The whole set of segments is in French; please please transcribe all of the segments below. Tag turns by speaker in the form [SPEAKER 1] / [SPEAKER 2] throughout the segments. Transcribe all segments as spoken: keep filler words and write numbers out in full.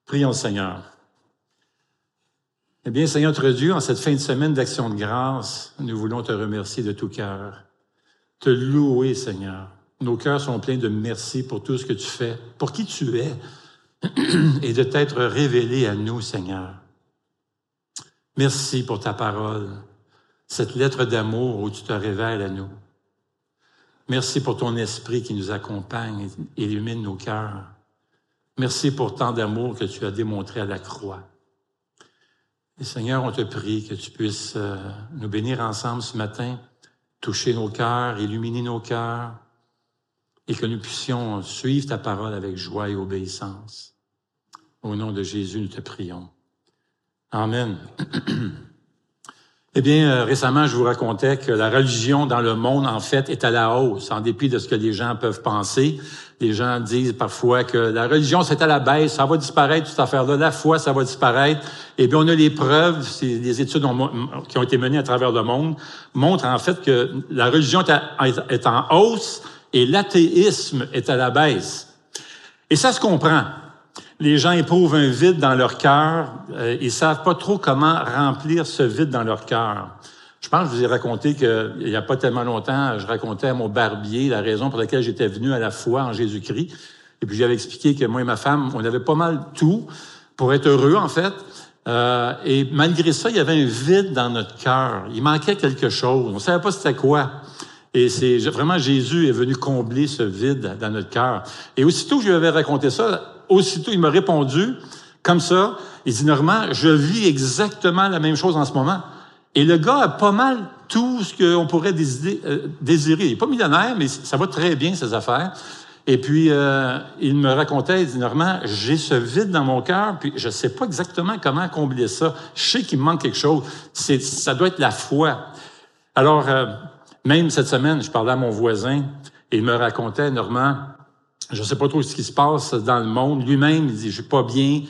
[SPEAKER 1] Prions, Seigneur. Eh bien, Seigneur notre Dieu, en cette fin de semaine d'action de grâce, nous voulons te remercier de tout cœur, te louer, Seigneur. Nos cœurs sont pleins de merci pour tout ce que tu fais, pour qui tu es, et de t'être révélé à nous, Seigneur. Merci pour ta parole, cette lettre d'amour où tu te révèles à nous. Merci pour ton esprit qui nous accompagne et illumine nos cœurs. Merci pour tant d'amour que tu as démontré à la croix. Et Seigneur, on te prie que tu puisses euh, nous bénir ensemble ce matin, toucher nos cœurs, illuminer nos cœurs, et que nous puissions suivre ta parole avec joie et obéissance. Au nom de Jésus, nous te prions. Amen. Eh bien, euh, récemment, je vous racontais que la religion dans le monde, en fait, est à la hausse, en dépit de ce que les gens peuvent penser. Les gens disent parfois que la religion, c'est à la baisse, ça va disparaître, cette affaire-là. La foi, ça va disparaître. Eh bien, on a les preuves, c'est des études qui ont été menées à travers le monde, montrent en fait que la religion est, à, est en hausse et l'athéisme est à la baisse. Et ça se comprend. Les gens éprouvent un vide dans leur cœur. Euh, ils savent pas trop comment remplir ce vide dans leur cœur. Je pense que je vous ai raconté qu'il y a pas tellement longtemps, je racontais à mon barbier la raison pour laquelle j'étais venu à la foi en Jésus-Christ. Et puis j'avais expliqué que moi et ma femme, on avait pas mal tout pour être heureux, en fait. Euh, et malgré ça, il y avait un vide dans notre cœur. Il manquait quelque chose. On savait pas c'était quoi. Et c'est vraiment Jésus est venu combler ce vide dans notre cœur. Et aussitôt que je lui avais raconté ça, aussitôt il m'a répondu comme ça. Il dit, Normand, je vis exactement la même chose en ce moment. Et le gars a pas mal tout ce qu'on pourrait désirer, euh, désirer. Il n'est pas millionnaire, mais ça va très bien, ses affaires. Et puis, euh, il me racontait, il dit, Normand, j'ai ce vide dans mon cœur, puis je sais pas exactement comment combler ça. Je sais qu'il me manque quelque chose. C'est, ça doit être la foi. Alors, euh, même cette semaine, je parlais à mon voisin, et il me racontait, Normand, je sais pas trop ce qui se passe dans le monde. Lui-même, il dit, je suis pas bien,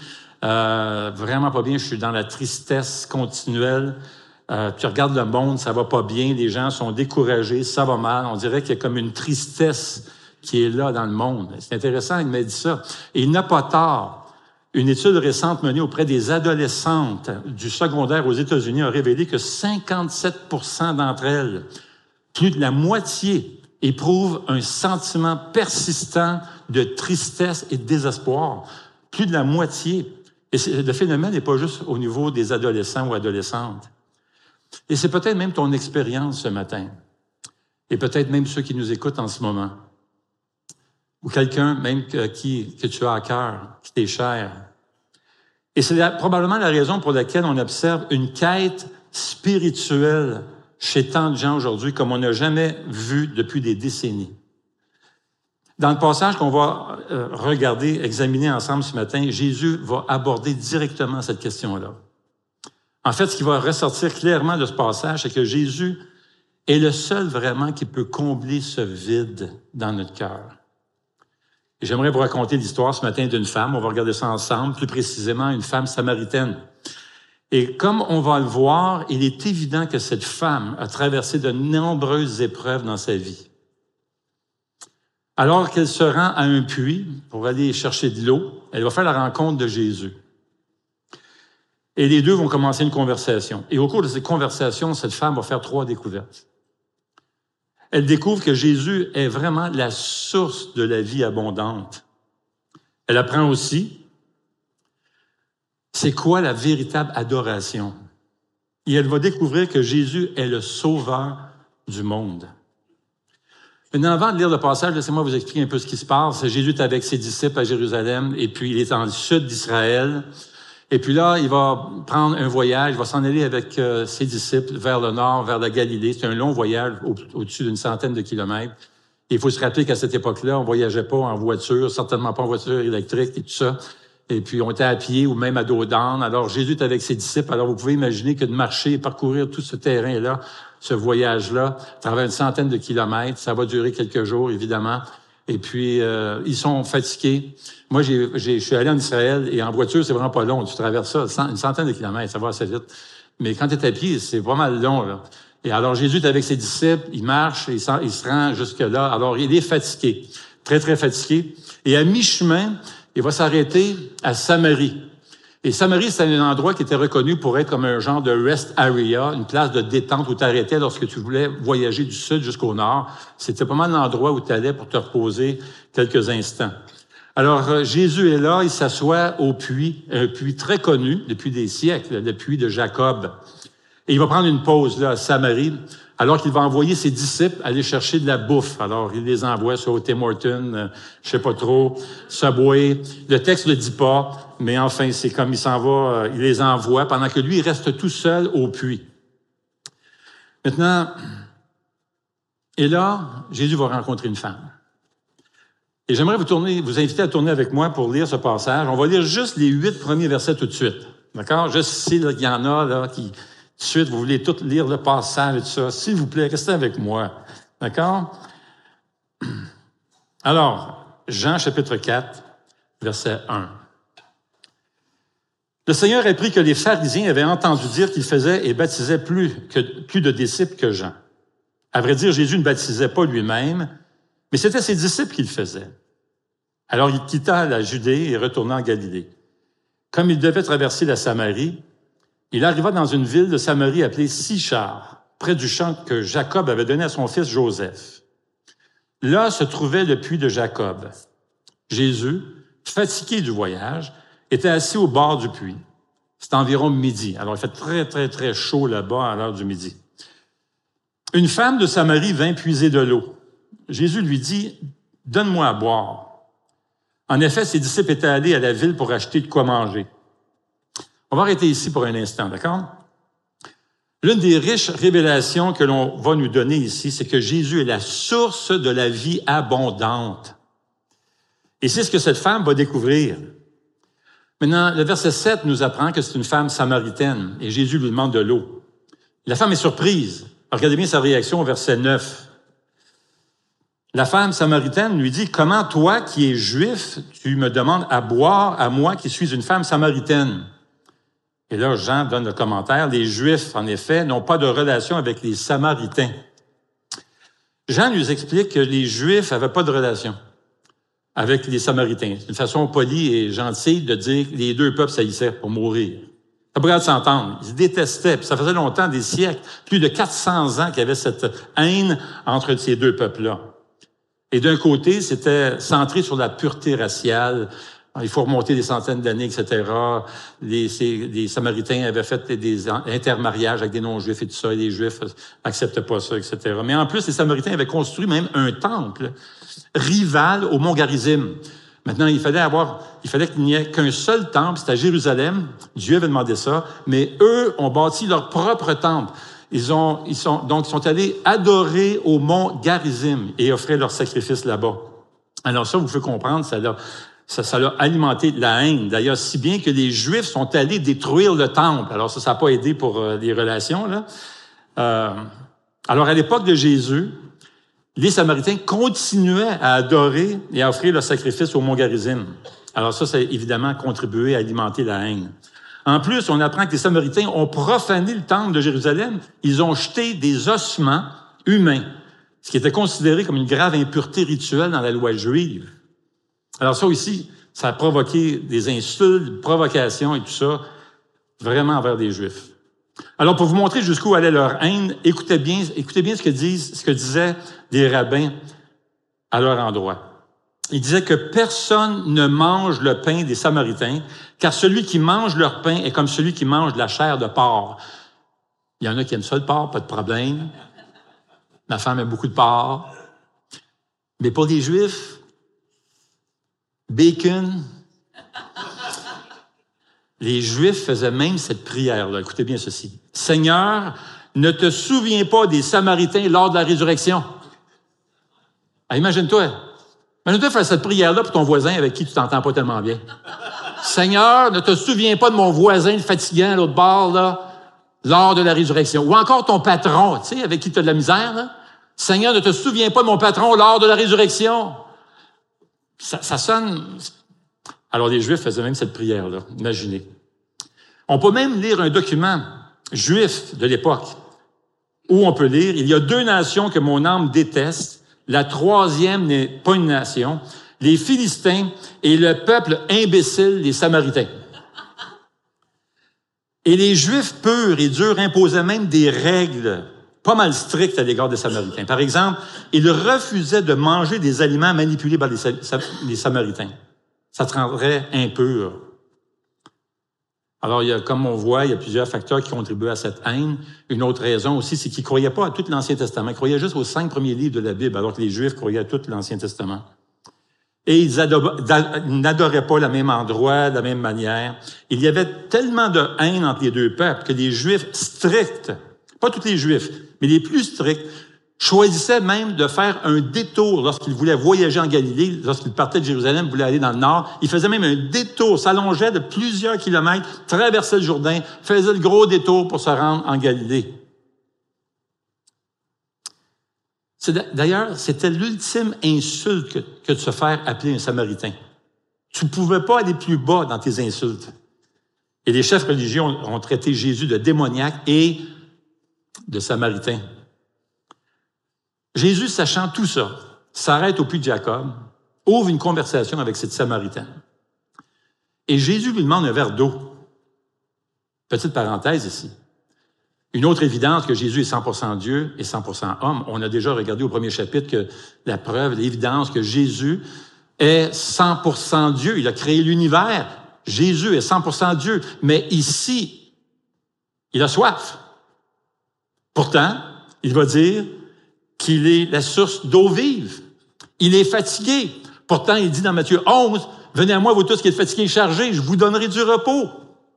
[SPEAKER 1] euh, vraiment pas bien, je suis dans la tristesse continuelle. Euh, tu regardes le monde, ça va pas bien, les gens sont découragés, ça va mal. On dirait qu'il y a comme une tristesse qui est là dans le monde. C'est intéressant, il m'a dit ça. Et il n'a pas tort. Une étude récente menée auprès des adolescentes du secondaire aux États-Unis a révélé que cinquante-sept pour cent d'entre elles, plus de la moitié, éprouvent un sentiment persistant de tristesse et de désespoir. Plus de la moitié. Et le phénomène n'est pas juste au niveau des adolescents ou adolescentes. Et c'est peut-être même ton expérience ce matin. Et peut-être même ceux qui nous écoutent en ce moment. Ou quelqu'un même que, qui, que tu as à cœur, qui t'est cher. Et c'est la, probablement la raison pour laquelle on observe une quête spirituelle chez tant de gens aujourd'hui comme on n'a jamais vu depuis des décennies. Dans le passage qu'on va euh, regarder, examiner ensemble ce matin, Jésus va aborder directement cette question-là. En fait, ce qui va ressortir clairement de ce passage, c'est que Jésus est le seul vraiment qui peut combler ce vide dans notre cœur. Et j'aimerais vous raconter l'histoire ce matin d'une femme. On va regarder ça ensemble, plus précisément une femme samaritaine. Et comme on va le voir, il est évident que cette femme a traversé de nombreuses épreuves dans sa vie. Alors qu'elle se rend à un puits pour aller chercher de l'eau, elle va faire la rencontre de Jésus. Et les deux vont commencer une conversation. Et au cours de cette conversation, cette femme va faire trois découvertes. Elle découvre que Jésus est vraiment la source de la vie abondante. Elle apprend aussi c'est quoi la véritable adoration. Et elle va découvrir que Jésus est le sauveur du monde. Maintenant, avant de lire le passage, laissez-moi vous expliquer un peu ce qui se passe. Jésus est avec ses disciples à Jérusalem, et puis il est dans le sud d'Israël. Et puis là, il va prendre un voyage, il va s'en aller avec euh, ses disciples vers le nord, vers la Galilée. C'est un long voyage au, au-dessus d'une centaine de kilomètres. Et il faut se rappeler qu'à cette époque-là, on voyageait pas en voiture, certainement pas en voiture électrique et tout ça. Et puis, on était à pied ou même à dos d'âne. Alors, Jésus est avec ses disciples. Alors, vous pouvez imaginer que de marcher et parcourir tout ce terrain-là, ce voyage-là, à travers une centaine de kilomètres, ça va durer quelques jours, évidemment. Et puis, euh, ils sont fatigués. Moi, j'ai, j'ai, je suis allé en Israël et en voiture, c'est vraiment pas long. Tu traverses ça, une centaine de kilomètres, ça va assez vite. Mais quand tu es à pied, c'est pas mal long, là. Et alors, Jésus est avec ses disciples, il marche, il, il se rend jusque-là. Alors, il est fatigué, très, très fatigué. Et à mi-chemin, il va s'arrêter à Samarie. Et Samarie, c'est un endroit qui était reconnu pour être comme un genre de rest area, une place de détente où tu arrêtais lorsque tu voulais voyager du sud jusqu'au nord. C'était pas mal l'endroit où tu allais pour te reposer quelques instants. Alors, Jésus est là, il s'assoit au puits, un puits très connu depuis des siècles, le puits de Jacob. Et il va prendre une pause là à Samarie, alors qu'il va envoyer ses disciples aller chercher de la bouffe. Alors, il les envoie sur Tim Hortons, euh, je sais pas trop, Subway. Le texte ne le dit pas, mais enfin, c'est comme il s'en va, euh, il les envoie, pendant que lui, il reste tout seul au puits. Maintenant, et là, Jésus va rencontrer une femme. Et j'aimerais vous tourner, vous inviter à tourner avec moi pour lire ce passage. On va lire juste les huit premiers versets tout de suite. D'accord? Juste ici, il y en a là qui... Tout de suite, vous voulez tout lire le passage et tout ça. S'il vous plaît, restez avec moi. D'accord? Alors, Jean chapitre quatre, verset un. Le Seigneur a appris que les pharisiens avaient entendu dire qu'il faisait et baptisait plus, que, plus de disciples que Jean. À vrai dire, Jésus ne baptisait pas lui-même, mais c'était ses disciples qui le faisaient. Alors il quitta la Judée et retourna en Galilée. Comme il devait traverser la Samarie, il arriva dans une ville de Samarie appelée Sychar, près du champ que Jacob avait donné à son fils Joseph. Là se trouvait le puits de Jacob. Jésus, fatigué du voyage, était assis au bord du puits. C'était environ midi. Alors, il fait très, très, très chaud là-bas à l'heure du midi. Une femme de Samarie vint puiser de l'eau. Jésus lui dit, « Donne-moi à boire. » En effet, ses disciples étaient allés à la ville pour acheter de quoi manger. On va arrêter ici pour un instant, d'accord? L'une des riches révélations que l'on va nous donner ici, c'est que Jésus est la source de la vie abondante. Et c'est ce que cette femme va découvrir. Maintenant, le verset sept nous apprend que c'est une femme samaritaine et Jésus lui demande de l'eau. La femme est surprise. Regardez bien sa réaction au verset neuf. La femme samaritaine lui dit, « Comment toi, qui es juif, tu me demandes à boire à moi qui suis une femme samaritaine? » Et là, Jean donne le commentaire. Les Juifs, en effet, n'ont pas de relation avec les Samaritains. Jean nous explique que les Juifs n'avaient pas de relation avec les Samaritains. C'est une façon polie et gentille de dire que les deux peuples s'haïssaient pour mourir. Ça pourrait s'entendre. Ils se détestaient. Puis ça faisait longtemps, des siècles, plus de quatre cents ans qu'il y avait cette haine entre ces deux peuples-là. Et d'un côté, c'était centré sur la pureté raciale. Il faut remonter des centaines d'années, et cetera. Les, ces, les Samaritains avaient fait des intermariages avec des non-juifs et tout ça, et les Juifs n'acceptaient pas ça, et cetera. Mais en plus, les Samaritains avaient construit même un temple rival au mont Garizim. Maintenant, il fallait avoir, il fallait qu'il n'y ait qu'un seul temple, c'était à Jérusalem. Dieu avait demandé ça, mais eux ont bâti leur propre temple. Ils ont, ils sont, donc, ils sont allés adorer au mont Garizim et offrir leurs sacrifices là-bas. Alors ça, vous pouvez comprendre, ça l'a, ça, ça l'a alimenté la haine. D'ailleurs, si bien que les Juifs sont allés détruire le temple. Alors ça, ça n'a pas aidé pour euh, les relations, là. Euh, alors, à l'époque de Jésus, les Samaritains continuaient à adorer et à offrir leur sacrifice au mont Garizim. Alors ça, ça a évidemment contribué à alimenter la haine. En plus, on apprend que les Samaritains ont profané le temple de Jérusalem. Ils ont jeté des ossements humains, ce qui était considéré comme une grave impureté rituelle dans la loi juive. Alors ça aussi, ça a provoqué des insultes, des provocations et tout ça, vraiment envers les Juifs. Alors, pour vous montrer jusqu'où allait leur haine, écoutez bien, écoutez bien ce que disent, ce que disaient des rabbins à leur endroit. Ils disaient que personne ne mange le pain des Samaritains, car celui qui mange leur pain est comme celui qui mange de la chair de porc. Il y en a qui aiment ça, le porc, pas de problème. Ma femme aime beaucoup de porc. Mais pour les Juifs, bacon. Les Juifs faisaient même cette prière-là. Écoutez bien ceci. « Seigneur, ne te souviens pas des Samaritains lors de la résurrection. » Ah, imagine-toi. Imagine-toi faire cette prière-là pour ton voisin avec qui tu t'entends pas tellement bien. « Seigneur, ne te souviens pas de mon voisin le fatigant à l'autre bord, là, lors de la résurrection. » Ou encore ton patron, tu sais, avec qui tu as de la misère, là. « Seigneur, ne te souviens pas de mon patron lors de la résurrection. » Ça, ça sonne... Alors, les Juifs faisaient même cette prière-là. Imaginez. On peut même lire un document juif de l'époque où on peut lire « Il y a deux nations que mon âme déteste. La troisième n'est pas une nation. Les Philistins et le peuple imbécile, les Samaritains. » Et les Juifs purs et durs imposaient même des règles pas mal strictes à l'égard des Samaritains. Par exemple, ils refusaient de manger des aliments manipulés par les, les Samaritains. Ça te rendrait impur. Alors, il y a, comme on voit, il y a plusieurs facteurs qui contribuent à cette haine. Une autre raison aussi, c'est qu'ils ne croyaient pas à tout l'Ancien Testament. Ils croyaient juste aux cinq premiers livres de la Bible, alors que les Juifs croyaient à tout l'Ancien Testament. Et ils n'adoraient pas le même endroit, de la même manière. Il y avait tellement de haine entre les deux peuples que les Juifs stricts, pas tous les Juifs, mais les plus stricts, choisissaient même de faire un détour lorsqu'ils voulaient voyager en Galilée, lorsqu'ils partaient de Jérusalem, voulaient aller dans le nord. Ils faisaient même un détour, s'allongeaient de plusieurs kilomètres, traversaient le Jourdain, faisaient le gros détour pour se rendre en Galilée. C'est, d'ailleurs, c'était l'ultime insulte que, que de se faire appeler un Samaritain. Tu ne pouvais pas aller plus bas dans tes insultes. Et les chefs religieux ont, ont traité Jésus de démoniaque et de Samaritain. Jésus, sachant tout ça, s'arrête au puits de Jacob, ouvre une conversation avec cette Samaritaine. Et Jésus lui demande un verre d'eau. Petite parenthèse ici. Une autre évidence que Jésus est cent pour cent Dieu et cent pour cent homme. On a déjà regardé au premier chapitre que la preuve, l'évidence que Jésus est cent pour cent Dieu. Il a créé l'univers. Jésus est cent pour cent Dieu. Mais ici, il a soif. Pourtant, il va dire qu'il est la source d'eau vive. Il est fatigué. Pourtant, il dit dans Matthieu onze, « Venez à moi, vous tous qui êtes fatigués et chargés, je vous donnerai du repos. »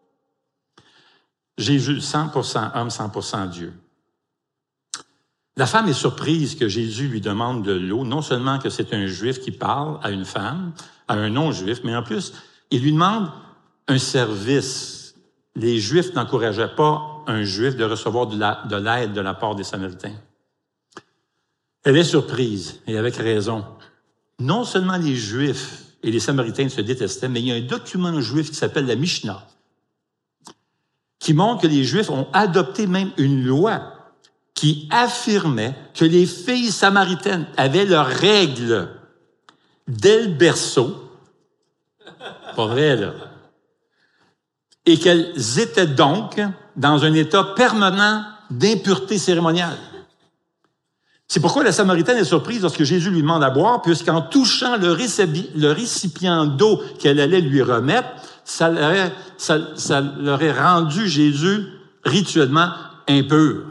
[SPEAKER 1] Jésus, cent pour cent homme, cent pour cent Dieu. La femme est surprise que Jésus lui demande de l'eau, non seulement que c'est un Juif qui parle à une femme, à un non-Juif, mais en plus, il lui demande un service. Les Juifs n'encourageaient pas un Juif de recevoir de, la, de l'aide de la part des Samaritains. Elle est surprise, et avec raison. Non seulement les Juifs et les Samaritains se détestaient, mais il y a un document juif qui s'appelle la Mishnah, qui montre que les Juifs ont adopté même une loi qui affirmait que les filles samaritaines avaient leurs règles dès le berceau, pas vrai, là, et qu'elles étaient donc dans un état permanent d'impureté cérémoniale. C'est pourquoi la Samaritaine est surprise lorsque Jésus lui demande à boire, puisqu'en touchant le, récipi- le récipient d'eau qu'elle allait lui remettre, ça l'aurait, ça, ça l'aurait rendu Jésus rituellement impur.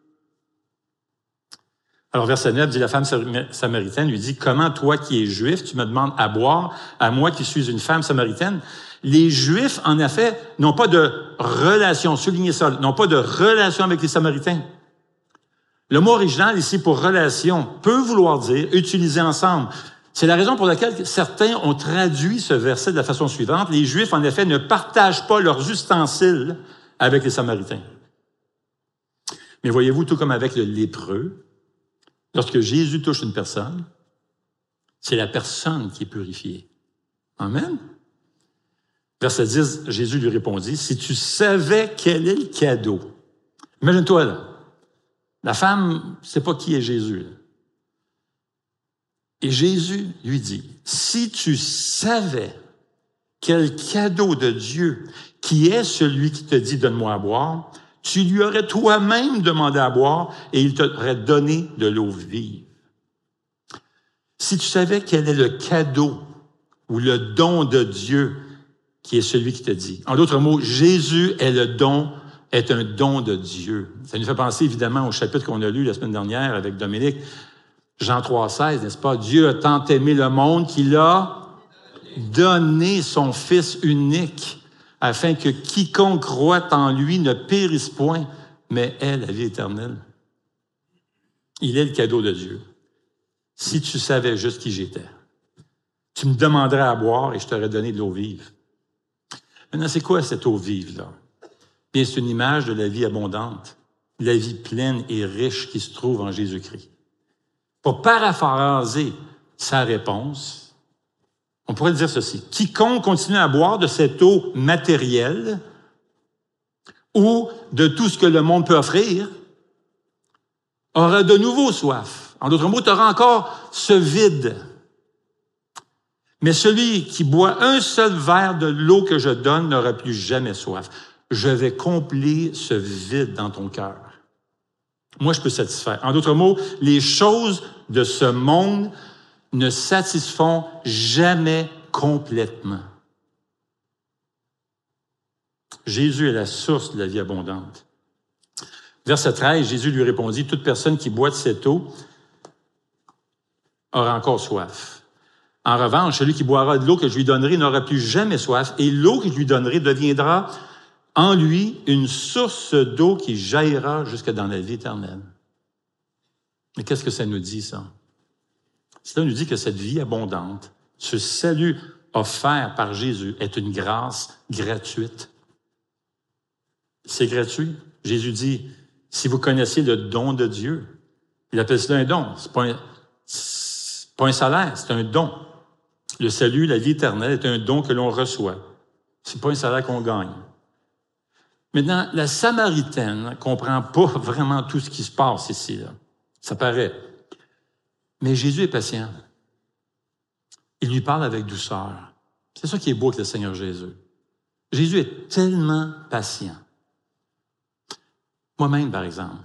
[SPEAKER 1] Alors, verset neuf dit, la femme samaritaine lui dit, « Comment toi qui es juif, tu me demandes à boire, à moi qui suis une femme samaritaine? » Les Juifs, en effet, n'ont pas de relation, soulignez ça, n'ont pas de relation avec les Samaritains. Le mot original ici pour relation peut vouloir dire utiliser ensemble. C'est la raison pour laquelle certains ont traduit ce verset de la façon suivante. Les Juifs, en effet, ne partagent pas leurs ustensiles avec les Samaritains. Mais voyez-vous, tout comme avec le lépreux, lorsque Jésus touche une personne, c'est la personne qui est purifiée. Amen. Verset dix, Jésus lui répondit, « Si tu savais quel est le cadeau. » Imagine-toi, là. La femme ne sait pas qui est Jésus. Là. Et Jésus lui dit, « Si tu savais quel cadeau de Dieu qui est celui qui te dit « Donne-moi à boire », tu lui aurais toi-même demandé à boire et il t'aurait donné de l'eau vive. Si tu savais quel est le cadeau ou le don de Dieu qui est celui qui te dit. En d'autres mots, Jésus est le don, est un don de Dieu. Ça nous fait penser évidemment au chapitre qu'on a lu la semaine dernière avec Dominique, Jean trois seize, n'est-ce pas? Dieu a tant aimé le monde qu'il a donné son Fils unique afin que quiconque croit en lui ne périsse point, mais ait la vie éternelle. Il est le cadeau de Dieu. Si tu savais juste qui j'étais, tu me demanderais à boire et je t'aurais donné de l'eau vive. Maintenant, c'est quoi cette eau vive-là? Bien, c'est une image de la vie abondante, la vie pleine et riche qui se trouve en Jésus-Christ. Pour paraphraser sa réponse, on pourrait dire ceci. Quiconque continue à boire de cette eau matérielle ou de tout ce que le monde peut offrir aura de nouveau soif. En d'autres mots, tu auras encore ce vide. Mais celui qui boit un seul verre de l'eau que je donne n'aura plus jamais soif. je vais combler ce vide dans ton cœur. Moi, je peux satisfaire. En d'autres mots, les choses de ce monde ne satisfont jamais complètement. Jésus est la source de la vie abondante. Verset treize, Jésus lui répondit, « Toute personne qui boit de cette eau aura encore soif. En revanche, celui qui boira de l'eau que je lui donnerai n'aura plus jamais soif, et l'eau que je lui donnerai deviendra en lui une source d'eau qui jaillira jusque dans la vie éternelle. » Mais qu'est-ce que ça nous dit, ça? Cela nous dit que cette vie abondante, ce salut offert par Jésus, est une grâce gratuite. C'est gratuit. Jésus dit, si vous connaissiez le don de Dieu, il appelle cela un don. C'est pas un, c'est pas un salaire, c'est un don. Le salut, la vie éternelle, est un don que l'on reçoit. C'est pas un salaire qu'on gagne. Maintenant, la Samaritaine ne comprend pas vraiment tout ce qui se passe ici, là. Ça paraît. Mais Jésus est patient. Il lui parle avec douceur. C'est ça qui est beau avec le Seigneur Jésus. Jésus est tellement patient. Moi-même, par exemple,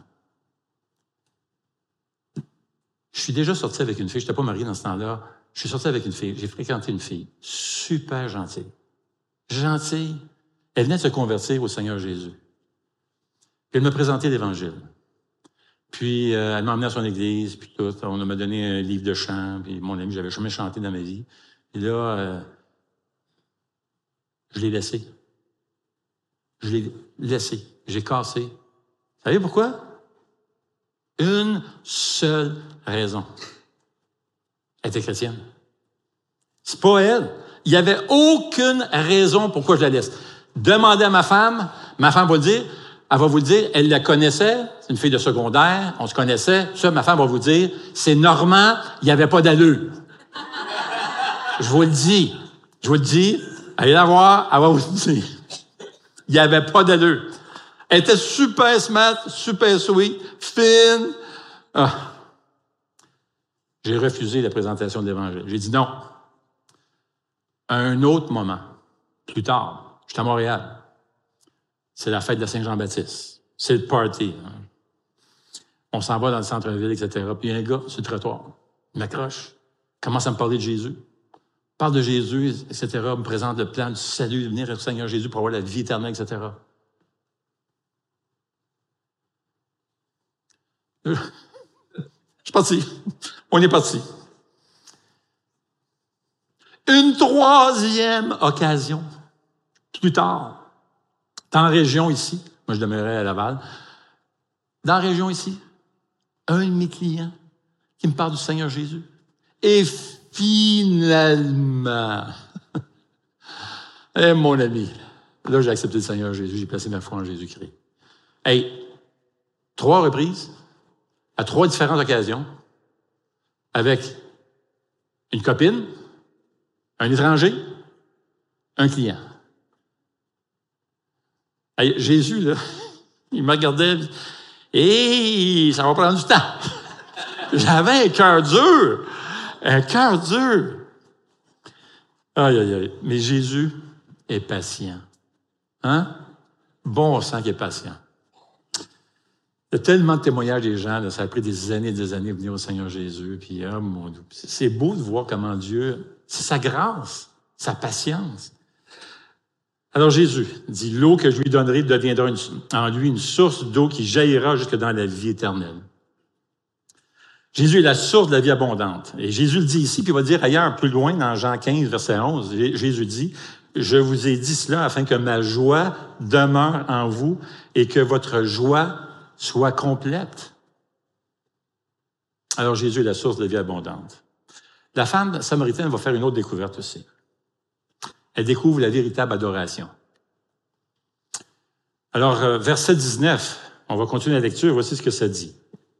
[SPEAKER 1] je suis déjà sorti avec une fille, je n'étais pas marié dans ce temps-là, je suis sorti avec une fille, j'ai fréquenté une fille, super gentille. Gentille. Elle venait de se convertir au Seigneur Jésus. Elle m'a présenté l'Évangile. Puis, euh, elle m'a emmené à son église, puis tout. On m'a donné un livre de chant, puis mon ami, j'avais jamais chanté dans ma vie. Et là, euh, je l'ai laissé. Je l'ai laissé. J'ai cassé. Vous savez pourquoi? Une seule raison. Elle était chrétienne. C'est pas elle. Il n'y avait aucune raison pourquoi je la laisse. Demandez à ma femme, ma femme va le dire, elle va vous le dire, elle la connaissait, c'est une fille de secondaire, on se connaissait, ça, ma femme va vous dire, c'est Normand, il n'y avait pas d'allure. Je vous le dis, je vous le dis, allez la voir, elle va vous le dire. Il n'y avait pas d'allure. Elle était super smart, super sweet, fine. Ah. J'ai refusé la présentation de l'Évangile. J'ai dit non. À un autre moment, plus tard, j'étais à Montréal. C'est la fête de Saint-Jean-Baptiste. C'est le party. Hein. On s'en va dans le centre-ville, et cetera. Puis il y a un gars sur le trottoir. Il m'accroche. Commence à me parler de Jésus. Parle de Jésus, et cetera. Me présente le plan du salut, de venir au Seigneur Jésus pour avoir la vie éternelle, et cetera. Je suis parti. On est parti. Une troisième occasion, plus tard, dans la région ici, moi je demeurais à Laval, dans la région ici, un de mes clients qui me parle du Seigneur Jésus. Et finalement, eh, mon ami, là j'ai accepté le Seigneur Jésus, j'ai placé ma foi en Jésus-Christ. Hey, trois reprises, à trois différentes occasions, avec une copine, un étranger, un client. Hey, Jésus, là, il me regardait, et ça va prendre du temps. J'avais un cœur dur, un cœur dur. Aïe, aïe, aïe. Mais Jésus est patient. Hein? Bon sang qui est patient. Il y a tellement de témoignages des gens, là, ça a pris des années et des années de venir au Seigneur Jésus. Puis, oh, mon Dieu, c'est beau de voir comment Dieu, c'est sa grâce, sa patience. Alors Jésus dit, l'eau que je lui donnerai deviendra une, en lui une source d'eau qui jaillira jusque dans la vie éternelle. Jésus est la source de la vie abondante. Et Jésus le dit ici, puis il va dire ailleurs, plus loin, dans Jean quinze, verset onze, Jésus dit, « Je vous ai dit cela afin que ma joie demeure en vous et que votre joie soit complète. » Alors Jésus est la source de la vie abondante. La femme samaritaine va faire une autre découverte aussi. Elle découvre la véritable adoration. Alors, verset dix-neuf, on va continuer la lecture, voici ce que ça dit.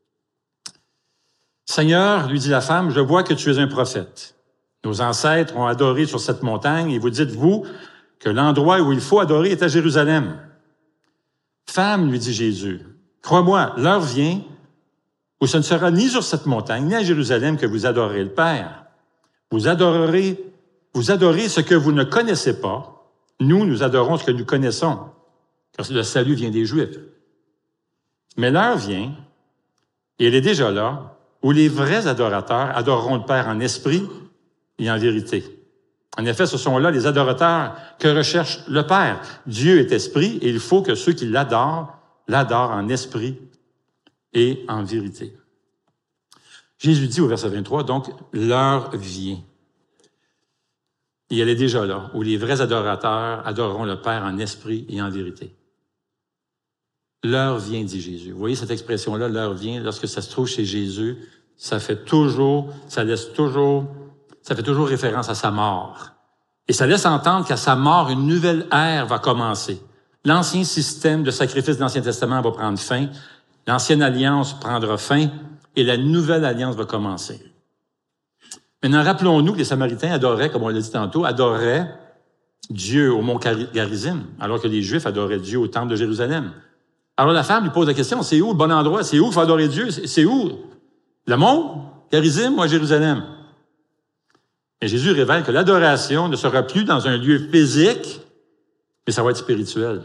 [SPEAKER 1] « Seigneur, lui dit la femme, je vois que tu es un prophète. Nos ancêtres ont adoré sur cette montagne et vous dites, vous, que l'endroit où il faut adorer est à Jérusalem. Femme, lui dit Jésus, crois-moi, l'heure vient où ce ne sera ni sur cette montagne, ni à Jérusalem que vous adorerez le Père. Vous adorerez Vous adorez ce que vous ne connaissez pas. Nous, nous adorons ce que nous connaissons. Car le salut vient des Juifs. Mais l'heure vient, et elle est déjà là, où les vrais adorateurs adoreront le Père en esprit et en vérité. En effet, ce sont là les adorateurs que recherche le Père. Dieu est esprit et il faut que ceux qui l'adorent, l'adorent en esprit et en vérité. Jésus dit au verset vingt-trois, donc, l'heure vient. Et elle est déjà là, où les vrais adorateurs adoreront le Père en esprit et en vérité. L'heure vient, dit Jésus. Vous voyez cette expression-là, l'heure vient, lorsque ça se trouve chez Jésus, ça fait toujours, ça laisse toujours, ça fait toujours référence à sa mort. Et ça laisse entendre qu'à sa mort, une nouvelle ère va commencer. L'ancien système de sacrifice de l'Ancien Testament va prendre fin, l'ancienne alliance prendra fin, et la nouvelle alliance va commencer. Maintenant, rappelons-nous que les Samaritains adoraient, comme on l'a dit tantôt, adoraient Dieu au mont Garizim, alors que les Juifs adoraient Dieu au temple de Jérusalem. Alors la femme lui pose la question, c'est où le bon endroit? C'est où il faut adorer Dieu? C'est où? Le mont Garizim ou à Jérusalem? Et Jésus révèle que l'adoration ne sera plus dans un lieu physique, mais ça va être spirituel.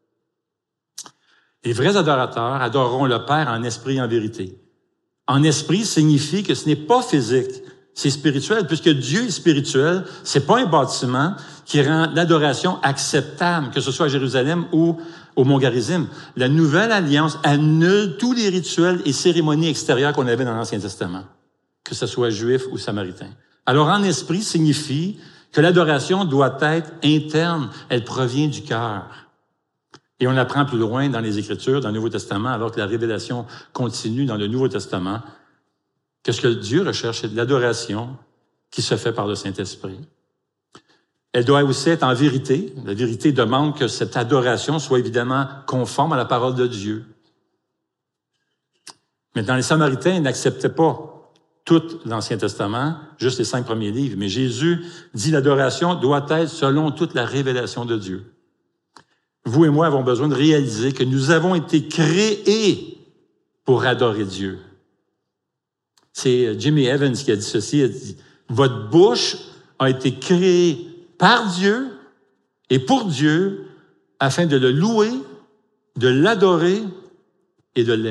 [SPEAKER 1] Les vrais adorateurs adoreront le Père en esprit et en vérité. En esprit signifie que ce n'est pas physique, c'est spirituel, puisque Dieu est spirituel, c'est pas un bâtiment qui rend l'adoration acceptable, que ce soit à Jérusalem ou au mont Garizim. La nouvelle alliance annule tous les rituels et cérémonies extérieures qu'on avait dans l'Ancien Testament, que ce soit juif ou samaritain. Alors, en esprit signifie que l'adoration doit être interne, elle provient du cœur. Et on l'apprend plus loin dans les Écritures, dans le Nouveau Testament, alors que la révélation continue dans le Nouveau Testament, que ce que Dieu recherche, c'est de l'adoration qui se fait par le Saint-Esprit. Elle doit aussi être en vérité. La vérité demande que cette adoration soit évidemment conforme à la parole de Dieu. Maintenant, les Samaritains n'acceptaient pas tout l'Ancien Testament, juste les cinq premiers livres. Mais Jésus dit l'adoration doit être selon toute la révélation de Dieu. Vous et moi avons besoin de réaliser que nous avons été créés pour adorer Dieu. C'est Jimmy Evans qui a dit ceci, il a dit, « Votre bouche a été créée par Dieu et pour Dieu afin de le louer, de l'adorer et de l'aimer. »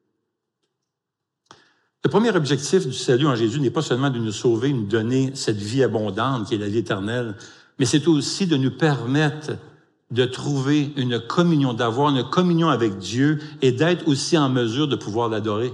[SPEAKER 1] Le premier objectif du salut en Jésus n'est pas seulement de nous sauver, de nous donner cette vie abondante qui est la vie éternelle, mais c'est aussi de nous permettre de trouver une communion, d'avoir une communion avec Dieu et d'être aussi en mesure de pouvoir l'adorer.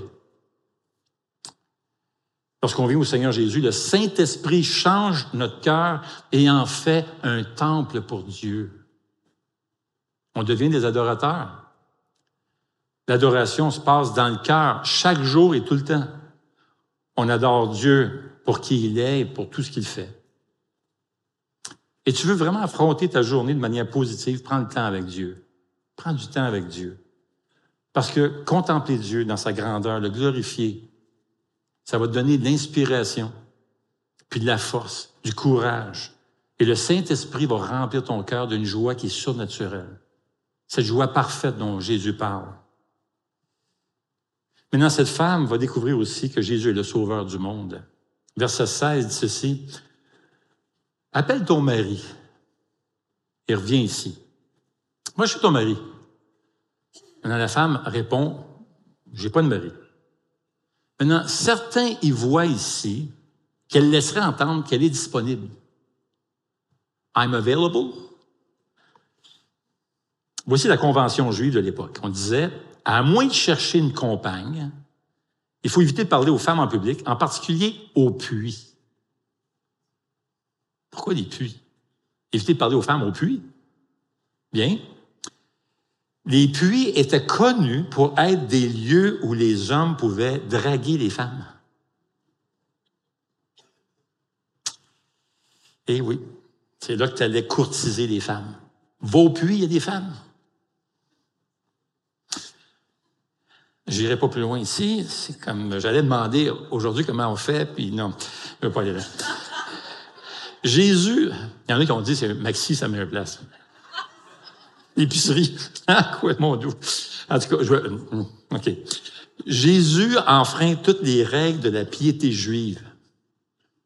[SPEAKER 1] Lorsqu'on vient au Seigneur Jésus, le Saint-Esprit change notre cœur et en fait un temple pour Dieu. On devient des adorateurs. L'adoration se passe dans le cœur chaque jour et tout le temps. On adore Dieu pour qui il est et pour tout ce qu'il fait. Et tu veux vraiment affronter ta journée de manière positive, prends le temps avec Dieu. Prends du temps avec Dieu. Parce que contempler Dieu dans sa grandeur, le glorifier, ça va te donner de l'inspiration, puis de la force, du courage. Et le Saint-Esprit va remplir ton cœur d'une joie qui est surnaturelle. Cette joie parfaite dont Jésus parle. Maintenant, cette femme va découvrir aussi que Jésus est le sauveur du monde. Verset seize dit ceci, « Appelle ton mari et reviens ici. » Moi, je suis ton mari. Maintenant, la femme répond, « J'ai pas de mari. » Maintenant, certains y voient ici qu'elle laisserait entendre qu'elle est disponible. « I'm available. » Voici la convention juive de l'époque. On disait, à moins de chercher une compagne, il faut éviter de parler aux femmes en public, en particulier aux puits. Pourquoi les puits? Éviter de parler aux femmes aux puits. Bien. Les puits étaient connus pour être des lieux où les hommes pouvaient draguer les femmes. Eh oui, c'est là que tu allais courtiser les femmes. Vos puits, il y a des femmes. Je n'irai pas plus loin ici. C'est comme, j'allais demander aujourd'hui comment on fait, puis non, je ne veux pas aller là. Jésus, il y en a qui ont dit, c'est Maxi, sa meilleure place. L'épicerie. Ah, quoi, mon doux. En tout cas, je veux, OK. Jésus enfreint toutes les règles de la piété juive.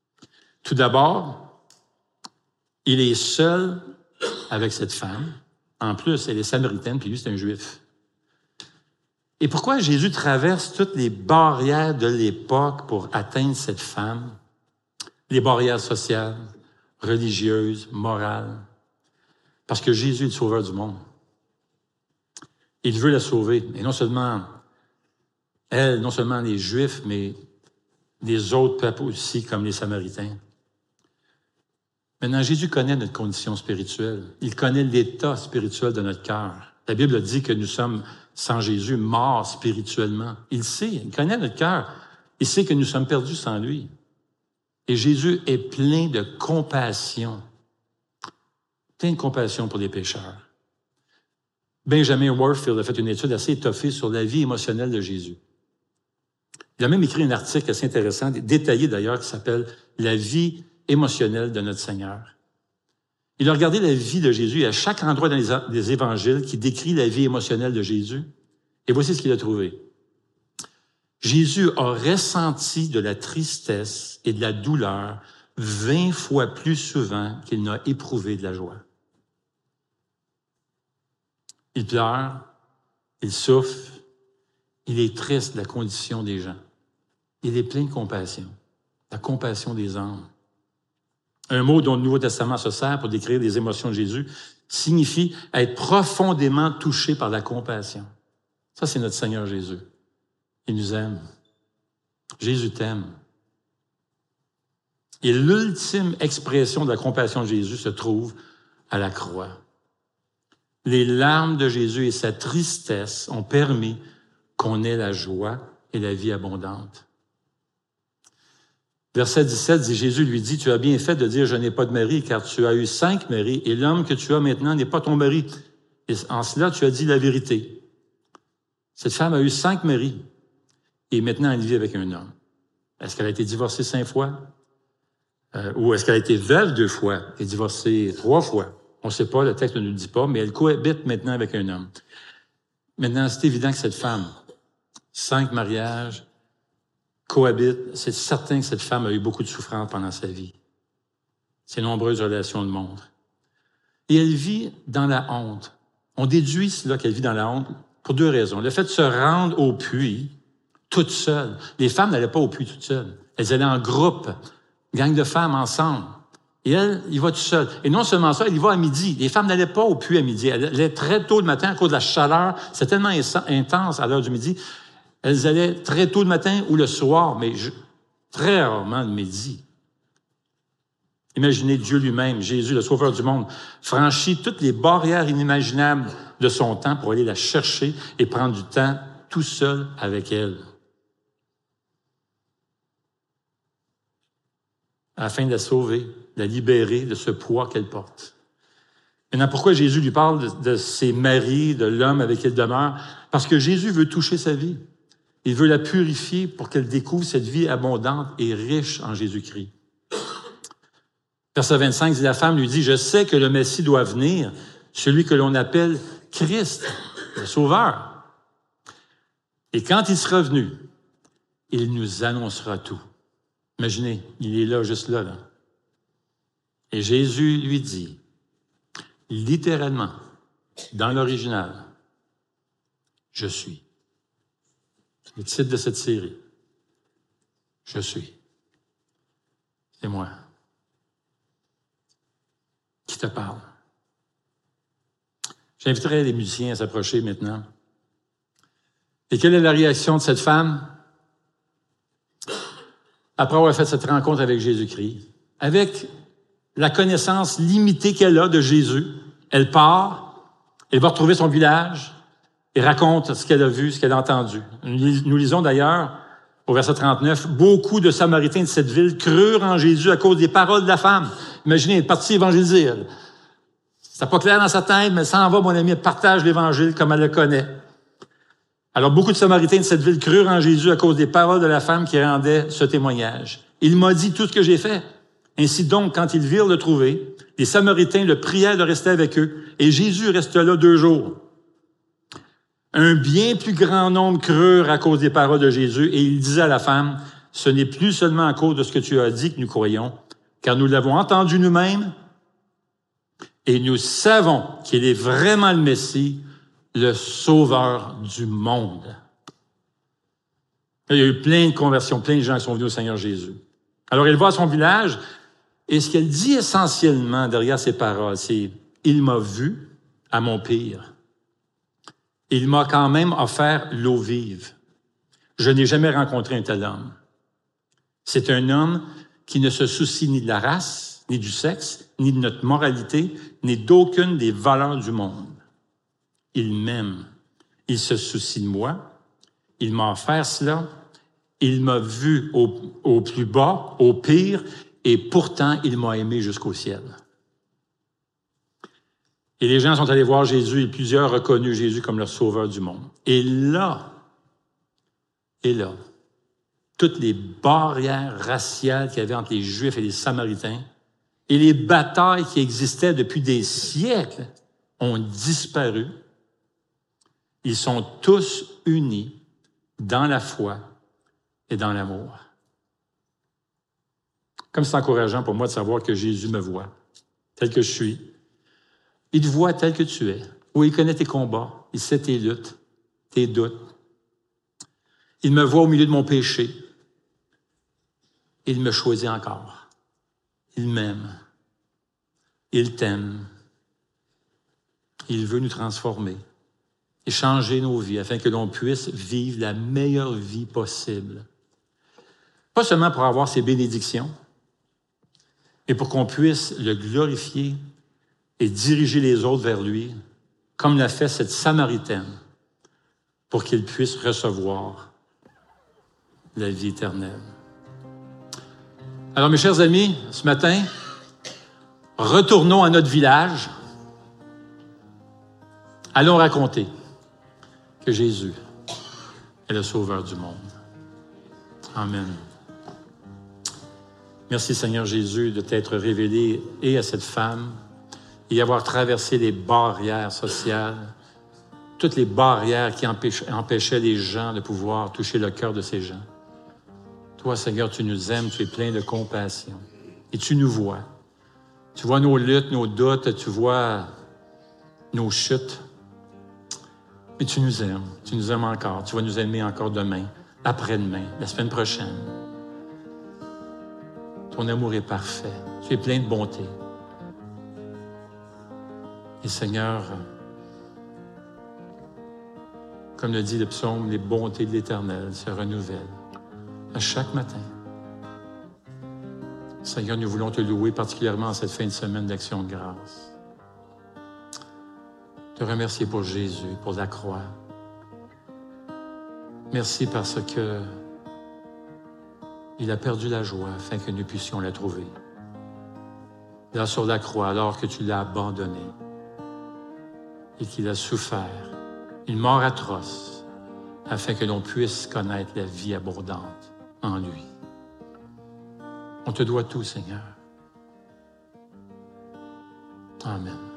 [SPEAKER 1] Tout d'abord, il est seul avec cette femme. En plus, elle est samaritaine, puis lui, c'est un juif. Et pourquoi Jésus traverse toutes les barrières de l'époque pour atteindre cette femme? Les barrières sociales, religieuses, morales. Parce que Jésus est le sauveur du monde. Il veut la sauver. Et non seulement elle, non seulement les Juifs, mais les autres peuples aussi, comme les Samaritains. Maintenant, Jésus connaît notre condition spirituelle. Il connaît l'état spirituel de notre cœur. La Bible dit que nous sommes, sans Jésus, morts spirituellement. Il sait, il connaît notre cœur. Il sait que nous sommes perdus sans lui. Et Jésus est plein de compassion. Plein de compassion pour les pécheurs. Benjamin Warfield a fait une étude assez étoffée sur la vie émotionnelle de Jésus. Il a même écrit un article assez intéressant, détaillé d'ailleurs, qui s'appelle « La vie émotionnelle de notre Seigneur ». Il a regardé la vie de Jésus à chaque endroit dans les, les évangiles qui décrit la vie émotionnelle de Jésus. Et voici ce qu'il a trouvé. Jésus a ressenti de la tristesse et de la douleur vingt fois plus souvent qu'il n'a éprouvé de la joie. Il pleure, il souffre, il est triste de la condition des gens. Il est plein de compassion, la compassion des âmes. Un mot dont le Nouveau Testament se sert pour décrire les émotions de Jésus signifie être profondément touché par la compassion. Ça, c'est notre Seigneur Jésus. Il nous aime. Jésus t'aime. Et l'ultime expression de la compassion de Jésus se trouve à la croix. Les larmes de Jésus et sa tristesse ont permis qu'on ait la joie et la vie abondante. Verset dix-sept dit, Jésus lui dit, « Tu as bien fait de dire, je n'ai pas de mari, car tu as eu cinq maris, et l'homme que tu as maintenant n'est pas ton mari. Et en cela, tu as dit la vérité. » Cette femme a eu cinq maris, et maintenant elle vit avec un homme. Est-ce qu'elle a été divorcée cinq fois? Euh, ou est-ce qu'elle a été veuve deux fois et divorcée trois fois? On ne sait pas, le texte ne nous le dit pas, mais elle cohabite maintenant avec un homme. Maintenant, c'est évident que cette femme, cinq mariages, cohabite, c'est certain que cette femme a eu beaucoup de souffrance pendant sa vie. Ses nombreuses relations le montrent. Et elle vit dans la honte. On déduit cela qu'elle vit dans la honte pour deux raisons. Le fait de se rendre au puits toute seule. Les femmes n'allaient pas au puits toutes seules. Elles allaient en groupe, gang de femmes ensemble. Et elle, il va tout seul. Et non seulement ça, il y va à midi. Les femmes n'allaient pas au puits à midi. Elles allaient très tôt le matin à cause de la chaleur. C'est tellement intense à l'heure du midi. Elles allaient très tôt le matin ou le soir, mais je, très rarement le midi. Imaginez Dieu lui-même, Jésus, le Sauveur du monde, franchit toutes les barrières inimaginables de son temps pour aller la chercher et prendre du temps tout seul avec elle. Afin de la sauver, de la libérer de ce poids qu'elle porte. Maintenant, pourquoi Jésus lui parle de, de ses maris, de l'homme avec qui elle demeure? Parce que Jésus veut toucher sa vie. Il veut la purifier pour qu'elle découvre cette vie abondante et riche en Jésus-Christ. Verset vingt-cinq dit, la femme lui dit, « Je sais que le Messie doit venir, celui que l'on appelle Christ, le Sauveur. Et quand il sera venu, il nous annoncera tout. » Imaginez, il est là, juste là, là. Et Jésus lui dit, littéralement, dans l'original, « Je suis. » Le titre de cette série, « Je suis. » C'est moi qui te parle. J'inviterai les musiciens à s'approcher maintenant. Et quelle est la réaction de cette femme? Après avoir fait cette rencontre avec Jésus-Christ, avec la connaissance limitée qu'elle a de Jésus, elle part, elle va retrouver son village et raconte ce qu'elle a vu, ce qu'elle a entendu. Nous lisons d'ailleurs, au verset trente-neuf, « Beaucoup de Samaritains de cette ville crurent en Jésus à cause des paroles de la femme. » Imaginez, elle est partie évangéliser, elle. C'est pas clair dans sa tête, mais ça en va, mon ami, elle partage l'Évangile comme elle le connaît. Alors, beaucoup de Samaritains de cette ville crurent en Jésus à cause des paroles de la femme qui rendait ce témoignage. Il m'a dit tout ce que j'ai fait. Ainsi donc, quand ils virent le trouver, les Samaritains le prièrent de rester avec eux, et Jésus resta là deux jours. Un bien plus grand nombre crurent à cause des paroles de Jésus, et il disait à la femme, « Ce n'est plus seulement à cause de ce que tu as dit que nous croyons, car nous l'avons entendu nous-mêmes, Et nous savons qu'il est vraiment le Messie, le Sauveur du monde. Il y a eu plein de conversions, plein de gens qui sont venus au Seigneur Jésus. Alors, il va à son village, et ce qu'elle dit essentiellement derrière ces paroles, c'est « Il m'a vu à mon pire. Il m'a quand même offert l'eau vive. Je n'ai jamais rencontré un tel homme. C'est un homme qui ne se soucie ni de la race, ni du sexe, ni de notre moralité, ni d'aucune des valeurs du monde. Il m'aime. Il se soucie de moi. Il m'a offert cela. Il m'a vu au, au plus bas, au pire, et pourtant, il m'a aimé jusqu'au ciel. » Et les gens sont allés voir Jésus et plusieurs ont reconnu Jésus comme leur sauveur du monde. Et là, et là, toutes les barrières raciales qu'il y avait entre les Juifs et les Samaritains et les batailles qui existaient depuis des siècles ont disparu. Ils sont tous unis dans la foi et dans l'amour. Comme c'est encourageant pour moi de savoir que Jésus me voit tel que je suis. Il te voit tel que tu es. Oui, il connaît tes combats, il sait tes luttes, tes doutes. Il me voit au milieu de mon péché. Il me choisit encore. Il m'aime. Il t'aime. Il veut nous transformer et changer nos vies afin que l'on puisse vivre la meilleure vie possible. Pas seulement pour avoir ses bénédictions, mais pour qu'on puisse le glorifier et diriger les autres vers lui, comme l'a fait cette Samaritaine, pour qu'ils puissent recevoir la vie éternelle. Alors, mes chers amis, ce matin, retournons à notre village. Allons raconter que Jésus est le Sauveur du monde. Amen. Merci, Seigneur Jésus, de t'être révélé et à cette femme et avoir traversé les barrières sociales, toutes les barrières qui empêchaient les gens de pouvoir toucher le cœur de ces gens. Toi, Seigneur, tu nous aimes, tu es plein de compassion. Et tu nous vois. Tu vois nos luttes, nos doutes, tu vois nos chutes. Mais tu nous aimes, tu nous aimes encore. Tu vas nous aimer encore demain, après-demain, la semaine prochaine. Ton amour est parfait. Tu es plein de bonté. Et Seigneur, comme le dit le psaume, les bontés de l'Éternel se renouvellent à chaque matin. Seigneur, nous voulons te louer particulièrement en cette fin de semaine d'Action de grâce. Te remercier pour Jésus, pour la croix. Merci parce que il a perdu la joie afin que nous puissions la trouver. Là sur la croix, alors que tu l'as abandonné et qu'il a souffert une mort atroce afin que l'on puisse connaître la vie abondante en lui. On te doit tout, Seigneur. Amen.